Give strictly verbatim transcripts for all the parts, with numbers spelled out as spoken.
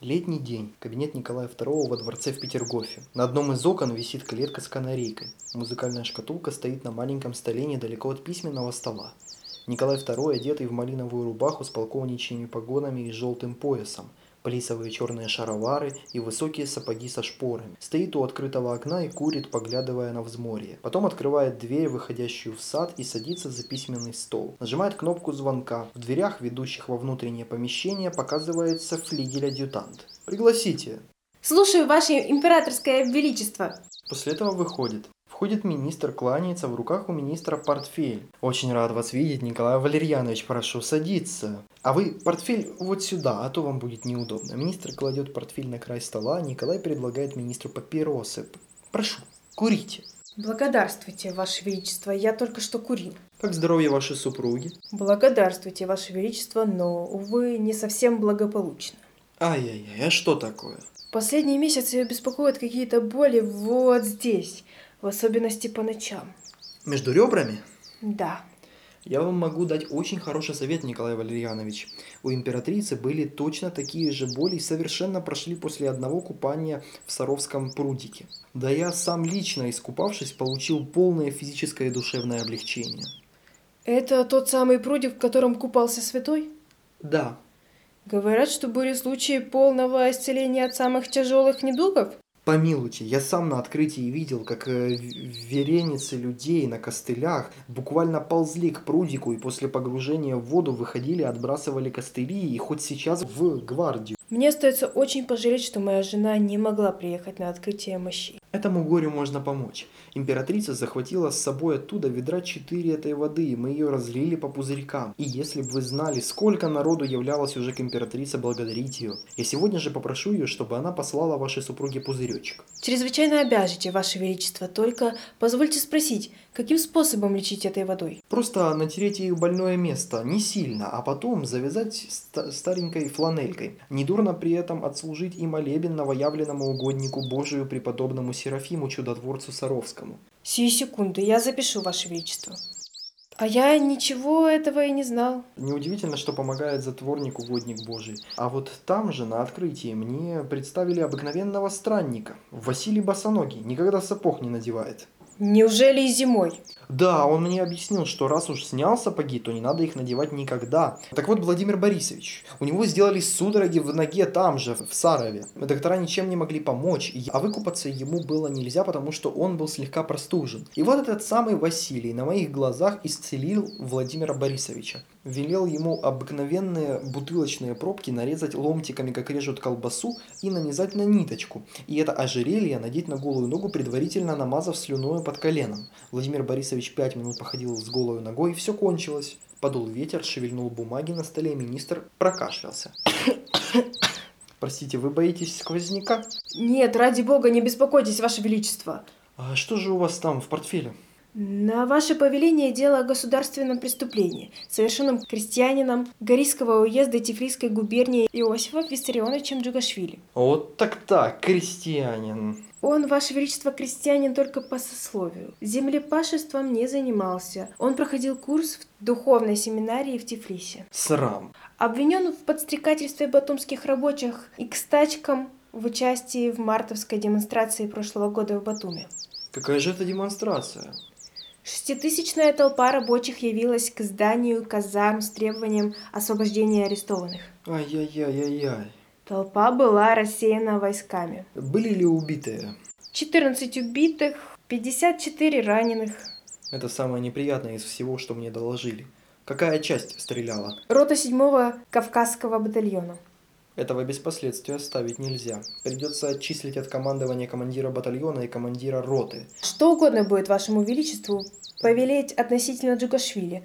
Летний день. Кабинет Николая второго во дворце в Петергофе. На одном из окон висит клетка с канарейкой. Музыкальная шкатулка стоит на маленьком столе недалеко от письменного стола. Николай второй, одетый в малиновую рубаху с полковничьими погонами и желтым поясом, плисовые черные шаровары и высокие сапоги со шпорами. Стоит у открытого окна и курит, поглядывая на взморье. Потом открывает дверь, выходящую в сад, и садится за письменный стол. Нажимает кнопку звонка. В дверях, ведущих во внутреннее помещение, показывается флигель-адъютант. «Пригласите». «Слушаю, ваше императорское величество». После этого выходит. Входит министр, кланяется, в руках у министра портфель. «Очень рад вас видеть, Николай Валерьянович, прошу садиться. А вы портфель вот сюда, а то вам будет неудобно». Министр кладет портфель на край стола, Николай предлагает министру папиросы. «Прошу, курите». «Благодарствуйте, ваше величество, я только что курил». «Как здоровье вашей супруги?» «Благодарствуйте, ваше величество, но, увы, не совсем благополучно». «Ай-яй-яй, а что такое?» «Последний месяц ее беспокоят какие-то боли вот здесь, в особенности по ночам». «Между ребрами?» «Да». «Я вам могу дать очень хороший совет, Николай Валерьянович. У императрицы были точно такие же боли и совершенно прошли после одного купания в Саровском прудике. Да я сам лично, искупавшись, получил полное физическое и душевное облегчение». «Это тот самый прудик, в котором купался святой?» «Да». «Говорят, что были случаи полного исцеления от самых тяжелых недугов?» Помилуйте, я сам на открытии видел, как э, вереницы людей на костылях буквально ползли к прудику и после погружения в воду выходили, отбрасывали костыли и хоть сейчас в гвардию. Мне остается очень пожалеть, что моя жена не могла приехать на открытие мощей. Этому горю можно помочь. Императрица захватила с собой оттуда ведра четыре этой воды, и мы ее разлили по пузырькам. И если бы вы знали, сколько народу являлось уже к императрице благодарить ее. Я сегодня же попрошу ее, чтобы она послала вашей супруге пузыречек. Чрезвычайно обяжете, ваше величество, только позвольте спросить, каким способом лечить этой водой? Просто натереть ей больное место, не сильно, а потом завязать ст- старенькой фланелькой. Недурно при этом отслужить и молебен новоявленному угоднику Божию преподобному Серафиму Чудотворцу Саровскому. Сию секунду, я запишу, ваше величество. А я ничего этого и не знал. Неудивительно, что помогает затворник угодник Божий. А вот там же, на открытии, мне представили обыкновенного странника. Василий Босоногий, никогда сапог не надевает. Неужели и зимой? Да, он мне объяснил, что раз уж снял сапоги, то не надо их надевать никогда. Так вот, Владимир Борисович, у него сделались судороги в ноге там же, в Сарове. Доктора ничем не могли помочь, а выкупаться ему было нельзя, потому что он был слегка простужен. И вот этот самый Василий на моих глазах исцелил Владимира Борисовича. Велел ему обыкновенные бутылочные пробки нарезать ломтиками, как режут колбасу, и нанизать на ниточку. И это ожерелье надеть на голую ногу, предварительно намазав слюною под коленом. Владимир Борисович пять минут походил с голой ногой, и все кончилось. Подул ветер, шевельнул бумаги на столе, министр прокашлялся. Простите, вы боитесь сквозняка? Нет, ради бога, не беспокойтесь, ваше величество. А что же у вас там в портфеле? На ваше повеление дело о государственном преступлении, совершенном крестьянином Горийского уезда Тифлисской губернии Иосифом Виссарионовичем Джугашвили. Вот так-так, крестьянин. Он, ваше величество, крестьянин только по сословию. Землепашеством не занимался. Он проходил курс в духовной семинарии в Тифлисе. Срам. Обвинен в подстрекательстве батумских рабочих и к стачкам в участии в мартовской демонстрации прошлого года в Батуми. Какая же это демонстрация? Шеститысячная толпа рабочих явилась к зданию казарм с требованием освобождения арестованных. Ай-яй-яй-яй-яй. Толпа была рассеяна войсками. Были ли убитые? четырнадцать убитых, пятьдесят четыре раненых. Это самое неприятное из всего, что мне доложили. Какая часть стреляла? Рота седьмого Кавказского батальона. Этого без последствий оставить нельзя. Придется отчислить от командования командира батальона и командира роты. Что угодно будет вашему величеству повелеть относительно Джугашвили.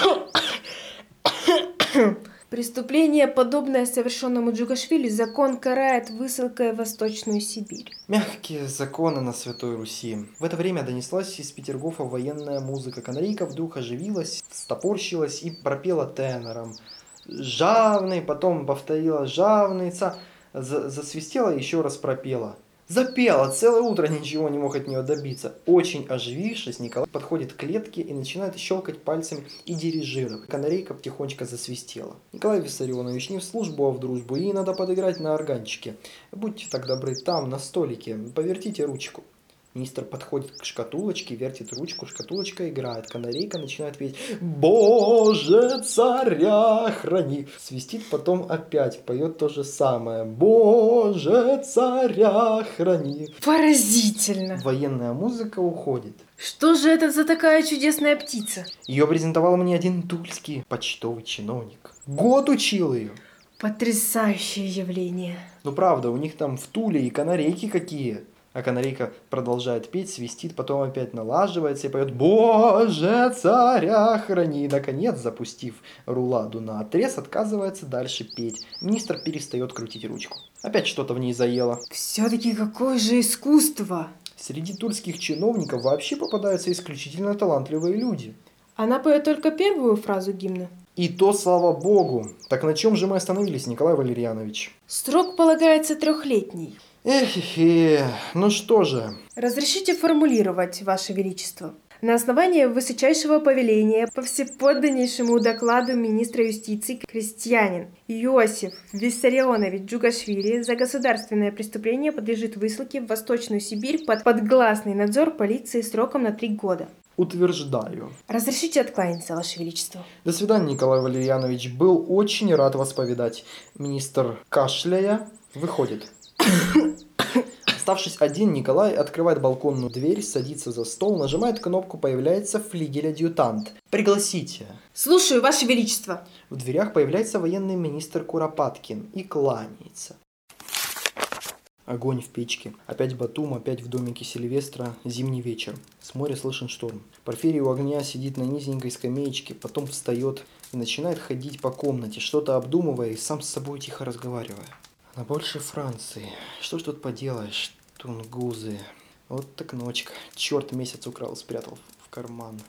Преступление, подобное совершенному Джугашвили, закон карает высылкой в Восточную Сибирь. Мягкие законы на Святой Руси. В это время донеслась из Петергофа военная музыка. Канарейка вдруг оживилась, стопорщилась и пропела тенором. Жавный, потом повторила жавный, ца, засвистела и еще раз пропела. Запела, целое утро ничего не мог от нее добиться. Очень оживившись, Николай подходит к клетке и начинает щелкать пальцами и дирижировать. Канарейка тихонечко засвистела. Николай Виссарионович, не в службу, а в дружбу, ей надо подыграть на органчике. Будьте так добры, там, на столике, повертите ручку. Министр подходит к шкатулочке, вертит ручку, шкатулочка играет. Канарейка начинает петь «Боже, царя храни». Свистит, потом опять поет то же самое «Боже, царя храни». Поразительно! Военная музыка уходит. Что же это за такая чудесная птица? Ее презентовал мне один тульский почтовый чиновник. Год учил ее. Потрясающее явление. Ну правда, у них там в Туле и канарейки какие. А канарейка продолжает петь, свистит, потом опять налаживается и поет «Боже, царя храни». И, наконец, запустив руладу на отрез, отказывается дальше петь. Министр перестает крутить ручку. Опять что-то в ней заело. Все-таки какое же искусство! Среди тульских чиновников вообще попадаются исключительно талантливые люди. Она поет только первую фразу гимна. И то слава богу. Так на чем же мы остановились, Николай Валерьянович? Срок полагается трехлетний. Эх, ну что же. Разрешите формулировать, Ваше Величество. На основании высочайшего повеления по всеподданнейшему докладу министра юстиции крестьянин Иосиф Виссарионович Джугашвили за государственное преступление подлежит высылке в Восточную Сибирь под подгласный надзор полиции сроком на три года. Утверждаю. Разрешите откланяться, Ваше Величество. До свидания, Николай Валерьянович. Был очень рад вас повидать. Министр, кашляя, выходит. Оставшись один, Николай открывает балконную дверь, садится за стол, нажимает кнопку, появляется флигель-адъютант. «Пригласите». Слушаю, Ваше Величество. В дверях появляется военный министр Куропаткин и кланяется. Огонь в печке. Опять Батум, опять в домике Сильвестра. Зимний вечер. С моря слышен шторм. Порфирий у огня сидит на низенькой скамеечке, потом встает и начинает ходить по комнате, что-то обдумывая и сам с собой тихо разговаривая. На больше Франции. Что ж тут поделаешь, тунгузы. Вот так ночка. Черт, месяц украл, спрятал в карман.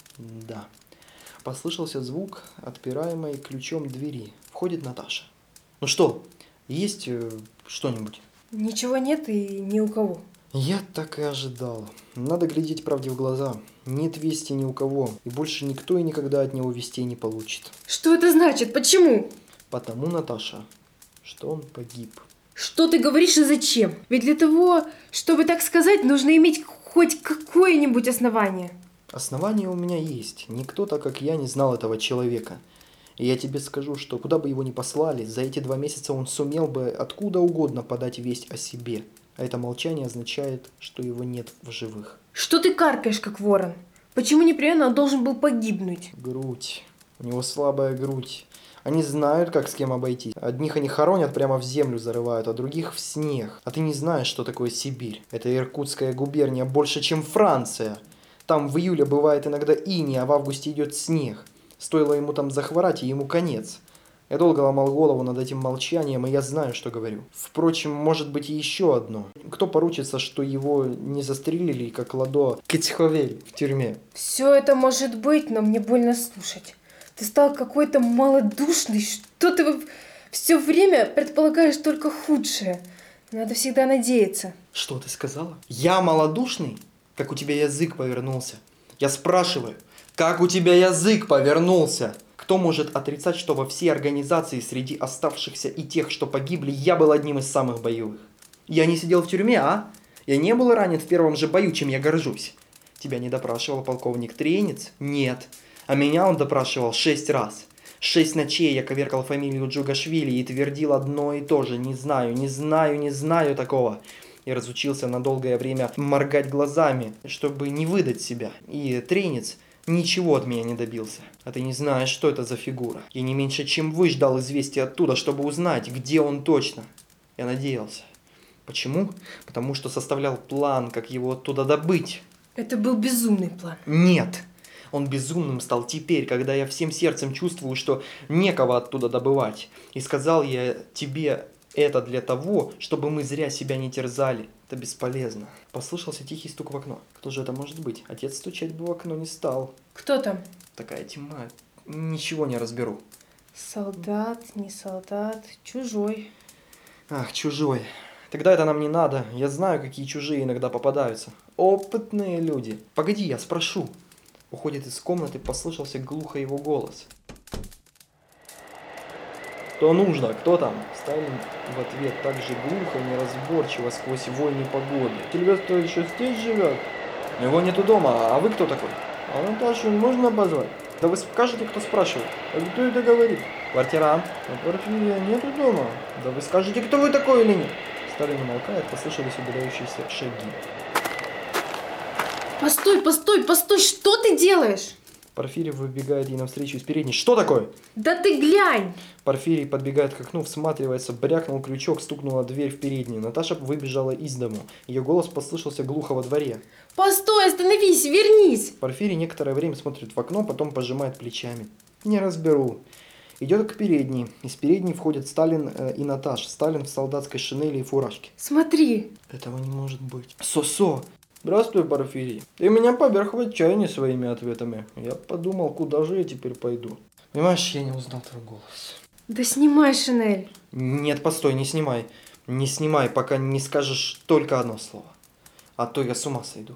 Да. Послышался звук отпираемой ключом двери. Входит Наташа. Ну что, есть э, что-нибудь? Ничего нет и ни у кого. Я так и ожидал. Надо глядеть правде в глаза. Нет вести ни у кого. И больше никто и никогда от него вестей не получит. Что это значит? Почему? Потому, Наташа, что он погиб. Что ты говоришь и зачем? Ведь для того, чтобы так сказать, нужно иметь хоть какое-нибудь основание. Основания у меня есть. Никто, так как я, не знал этого человека. И я тебе скажу, что куда бы его ни послали, за эти два месяца он сумел бы откуда угодно подать весть о себе. А это молчание означает, что его нет в живых. Что ты каркаешь, как ворон? Почему непременно он должен был погибнуть? Грудь. У него слабая грудь. Они знают, как с кем обойтись. Одних они хоронят, прямо в землю зарывают, а других в снег. А ты не знаешь, что такое Сибирь. Это Иркутская губерния больше, чем Франция. Там в июле бывает иногда иней, а в августе идет снег. Стоило ему там захворать, и ему конец. Я долго ломал голову над этим молчанием, и я знаю, что говорю. Впрочем, может быть и еще одно. Кто поручится, что его не застрелили, как Ладо Кецховель в тюрьме? Все это может быть, но мне больно слушать. Ты стал какой-то малодушный. Что ты все время предполагаешь только худшее? Надо всегда надеяться. Что ты сказала? Я малодушный? Как у тебя язык повернулся? Я спрашиваю, как у тебя язык повернулся? Кто может отрицать, что во всей организации среди оставшихся и тех, что погибли, я был одним из самых боевых? Я не сидел в тюрьме, а? Я не был ранен в первом же бою, чем я горжусь. Тебя не допрашивал полковник Тренец? Нет. А меня он допрашивал шесть раз. Шесть ночей я коверкал фамилию Джугашвили и твердил одно и то же. Не знаю, не знаю, не знаю такого. Я разучился на долгое время моргать глазами, чтобы не выдать себя. И Тренец ничего от меня не добился. А ты не знаешь, что это за фигура. Я не меньше, чем вы ждал известия оттуда, чтобы узнать, где он точно. Я надеялся. Почему? Потому что составлял план, как его оттуда добыть. Это был безумный план. Нет. Он безумным стал теперь, когда я всем сердцем чувствую, что некого оттуда добывать. И сказал я тебе это для того, чтобы мы зря себя не терзали. Это бесполезно. Послышался тихий стук в окно. Кто же это может быть? Отец стучать бы в окно не стал. Кто там? Такая тьма. Ничего не разберу. Солдат, не солдат, чужой. Ах, чужой. Тогда это нам не надо. Я знаю, какие чужие иногда попадаются. Опытные люди. Погоди, я спрошу. Уходит из комнаты, послышался глухо его голос. Что нужно? Кто там? Сталин в ответ так же глухо и неразборчиво сквозь вой непогоды. Сильвестр еще здесь живет? Его нету дома, а вы кто такой? А Наташу можно позвать? Да вы скажете, кто спрашивает? А кто это говорит? Квартирант. А Порфирия нету дома? Да вы скажете, кто вы такой или нет? Сталин умолкает, послышались удаляющиеся шаги. Постой, постой, постой, что ты делаешь? Порфирий выбегает ей навстречу из передней. Что такое? Да ты глянь! Порфирий подбегает к окну, всматривается, брякнул крючок, стукнула дверь в переднюю. Наташа выбежала из дому. Ее голос послышался глухо во дворе. Постой, остановись, вернись! Порфирий некоторое время смотрит в окно, потом пожимает плечами. Не разберу. Идет к передней. Из передней входят Сталин э, и Наташа. Сталин в солдатской шинели и фуражке. Смотри. Этого не может быть. Сосо! Здравствуй, Порфирий. Ты меня поверх в отчаяние своими ответами. Я подумал, куда же я теперь пойду. Понимаешь, я не узнал твой голос. Да снимай шинель. Нет, постой, не снимай. Не снимай, пока не скажешь только одно слово. А то я с ума сойду.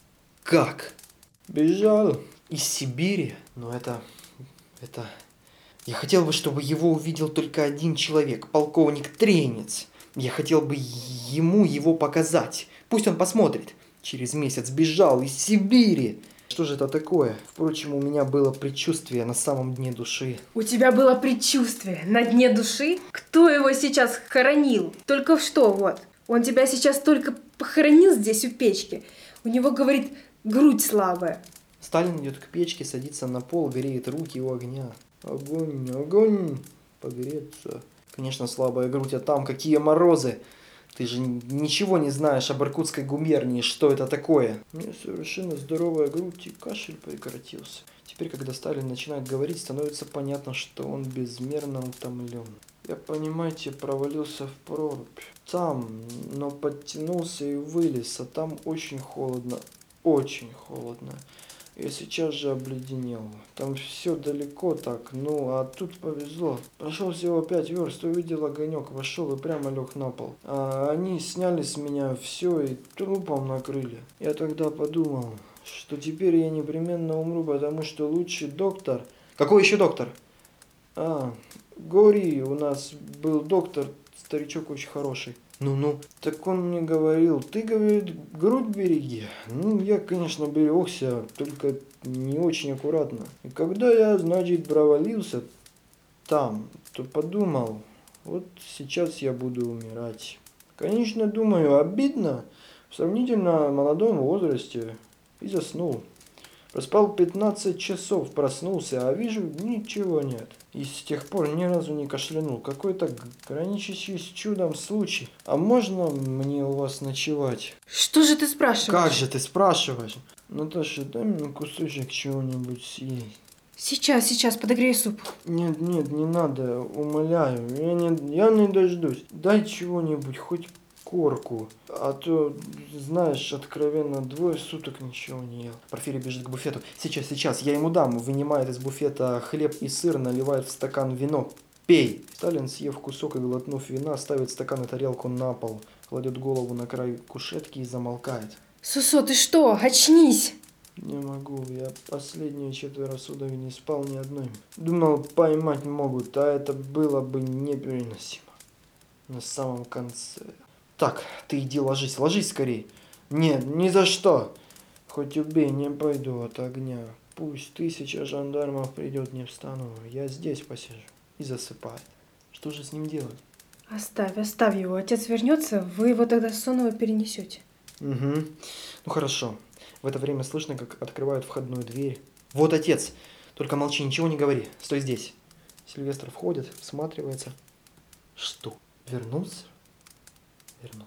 Как? Бежал из Сибири. Но это... это... Я хотел бы, чтобы его увидел только один человек. Полковник Тренец. Я хотел бы ему его показать. Пусть он посмотрит. Через месяц бежал из Сибири. Что же это такое? Впрочем, у меня было предчувствие на самом дне души. У тебя было предчувствие на дне души? Кто его сейчас хоронил? Только что вот. Он тебя сейчас только похоронил здесь у печки. У него, говорит, грудь слабая. Сталин идет к печке, садится на пол, греет руки у огня. Огонь, огонь, погреться. Конечно, слабая грудь, а там какие морозы. Ты же ничего не знаешь об иркутской губернии, что это такое. У меня совершенно здоровая грудь, и кашель прекратился. Теперь, когда Сталин начинает говорить, становится понятно, что он безмерно утомлен. Я, понимаете, провалился в прорубь. Там, но подтянулся и вылез, а там очень холодно, очень холодно. Я сейчас же обледенел. Там все далеко так, ну, а тут повезло. Прошел всего пять верст, увидел огонек, вошел и прямо лег на пол. А они сняли с меня все и трупом накрыли. Я тогда подумал, что теперь я непременно умру, потому что лучший доктор... Какой еще доктор? А, Гори, у нас был доктор, старичок очень хороший. Ну-ну, так он мне говорил, ты, говорит, грудь береги. Ну, я, конечно, берегся, только не очень аккуратно. И когда я, значит, провалился там, то подумал, вот сейчас я буду умирать. Конечно, думаю, обидно в сравнительно молодом возрасте. И заснул. Проспал пятнадцать часов, проснулся, а вижу, ничего нет. И с тех пор ни разу не кашлянул. Какой-то граничащий с чудом случай. А можно мне у вас ночевать? Что же ты спрашиваешь? Как же ты спрашиваешь? Наташа, дай мне кусочек чего-нибудь съесть. Сейчас, сейчас, подогрей суп. Нет, нет, не надо, умоляю. Я не, я не дождусь. Дай чего-нибудь, хоть корку. А то, знаешь, откровенно, двое суток ничего не ел. Порфирий бежит к буфету. Сейчас, сейчас, я ему дам. Вынимает из буфета хлеб и сыр, наливает в стакан вино. Пей. Сталин, съев кусок и глотнув вина, ставит стакан и тарелку на пол, кладет голову на край кушетки и замолкает. Сусо, ты что? Очнись! Не могу, я последние четверо суток не спал ни одной. Думал, поймать могут, а это было бы непереносимо. На самом конце... Так, ты иди ложись, ложись скорей. Нет, ни за что. Хоть убей, не пойду от огня. Пусть тысяча жандармов придет, не встану. Я здесь посижу. И засыпает. Что же с ним делать? Оставь, оставь его. Отец вернется, вы его тогда сонного перенесете. Угу. Ну хорошо. В это время слышно, как открывают входную дверь. Вот отец. Только молчи, ничего не говори. Стой здесь. Сильвестр входит, всматривается. Что? Вернулся? Вернулся.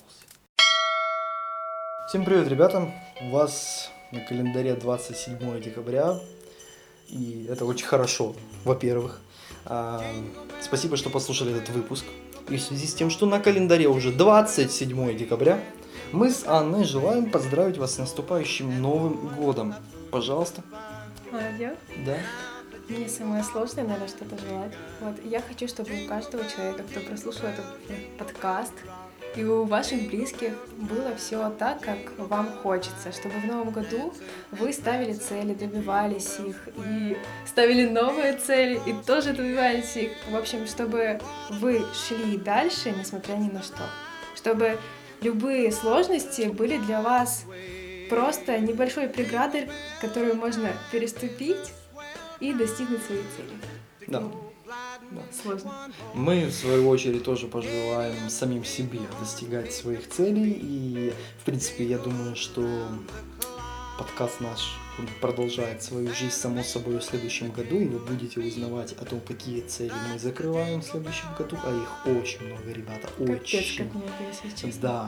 Всем привет, ребята. У вас на календаре двадцать седьмое декабря. И это очень хорошо, во-первых. А, спасибо, что послушали этот выпуск. И в связи с тем, что на календаре уже двадцать седьмое декабря, мы с Анной желаем поздравить вас с наступающим Новым годом. Пожалуйста. Молодец. Да. Мне самое сложное, наверное, что-то желать. Вот, я хочу, чтобы у каждого человека, кто прослушал этот подкаст, и у ваших близких было все так, как вам хочется, чтобы в новом году вы ставили цели, добивались их, и ставили новые цели, и тоже добивались их. В общем, чтобы вы шли дальше, несмотря ни на что. Чтобы любые сложности были для вас просто небольшой преградой, которую можно переступить и достигнуть своей цели. Да. Да. Сложно. Мы, в свою очередь, тоже пожелаем самим себе достигать своих целей. И, в принципе, я думаю, что подкаст наш продолжает свою жизнь, само собой, в следующем году. И вы будете узнавать о том, какие цели мы закрываем в следующем году. А их очень много, ребята. Капец, Очень. как много, если честно. Да.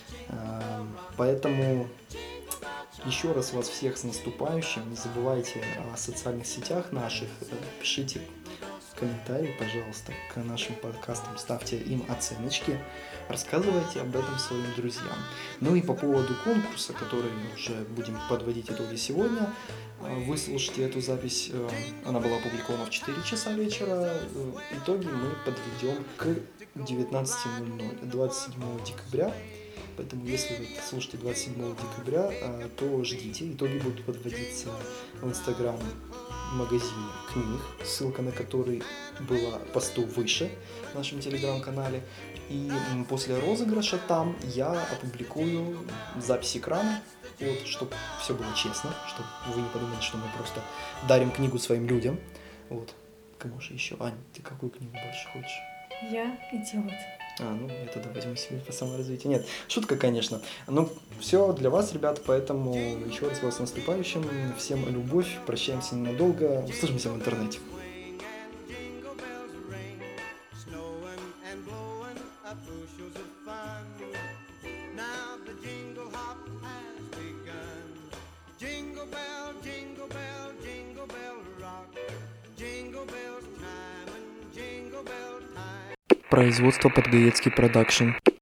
Поэтому еще раз вас всех с наступающим. Не забывайте о социальных сетях наших. Пишите комментарии, пожалуйста, к нашим подкастам, ставьте им оценочки, рассказывайте об этом своим друзьям. Ну и по поводу конкурса, который мы уже будем подводить итоги сегодня, вы слушаете эту запись, она была опубликована в четыре часа вечера, итоги мы подведем к девятнадцати ноль-ноль, двадцать седьмого декабря. Поэтому, если вы слушаете двадцать седьмого декабря, то ждите. Итоги будут подводиться в Инстаграм магазине книг, ссылка на который была посту выше в нашем телеграм-канале. И после розыгрыша там я опубликую запись экрана, вот, чтобы все было честно, чтобы вы не подумали, что мы просто дарим книгу своим людям. Вот. Кому же еще? Ань, ты какую книгу больше хочешь? Я идиот. А, ну, я тогда возьму себе по саморазвитию. Нет, шутка, конечно. Ну, все для вас, ребят, поэтому еще раз вас с наступающим. Всем любовь, прощаемся ненадолго, услышимся в интернете. Производство Подгаецкий продакшн.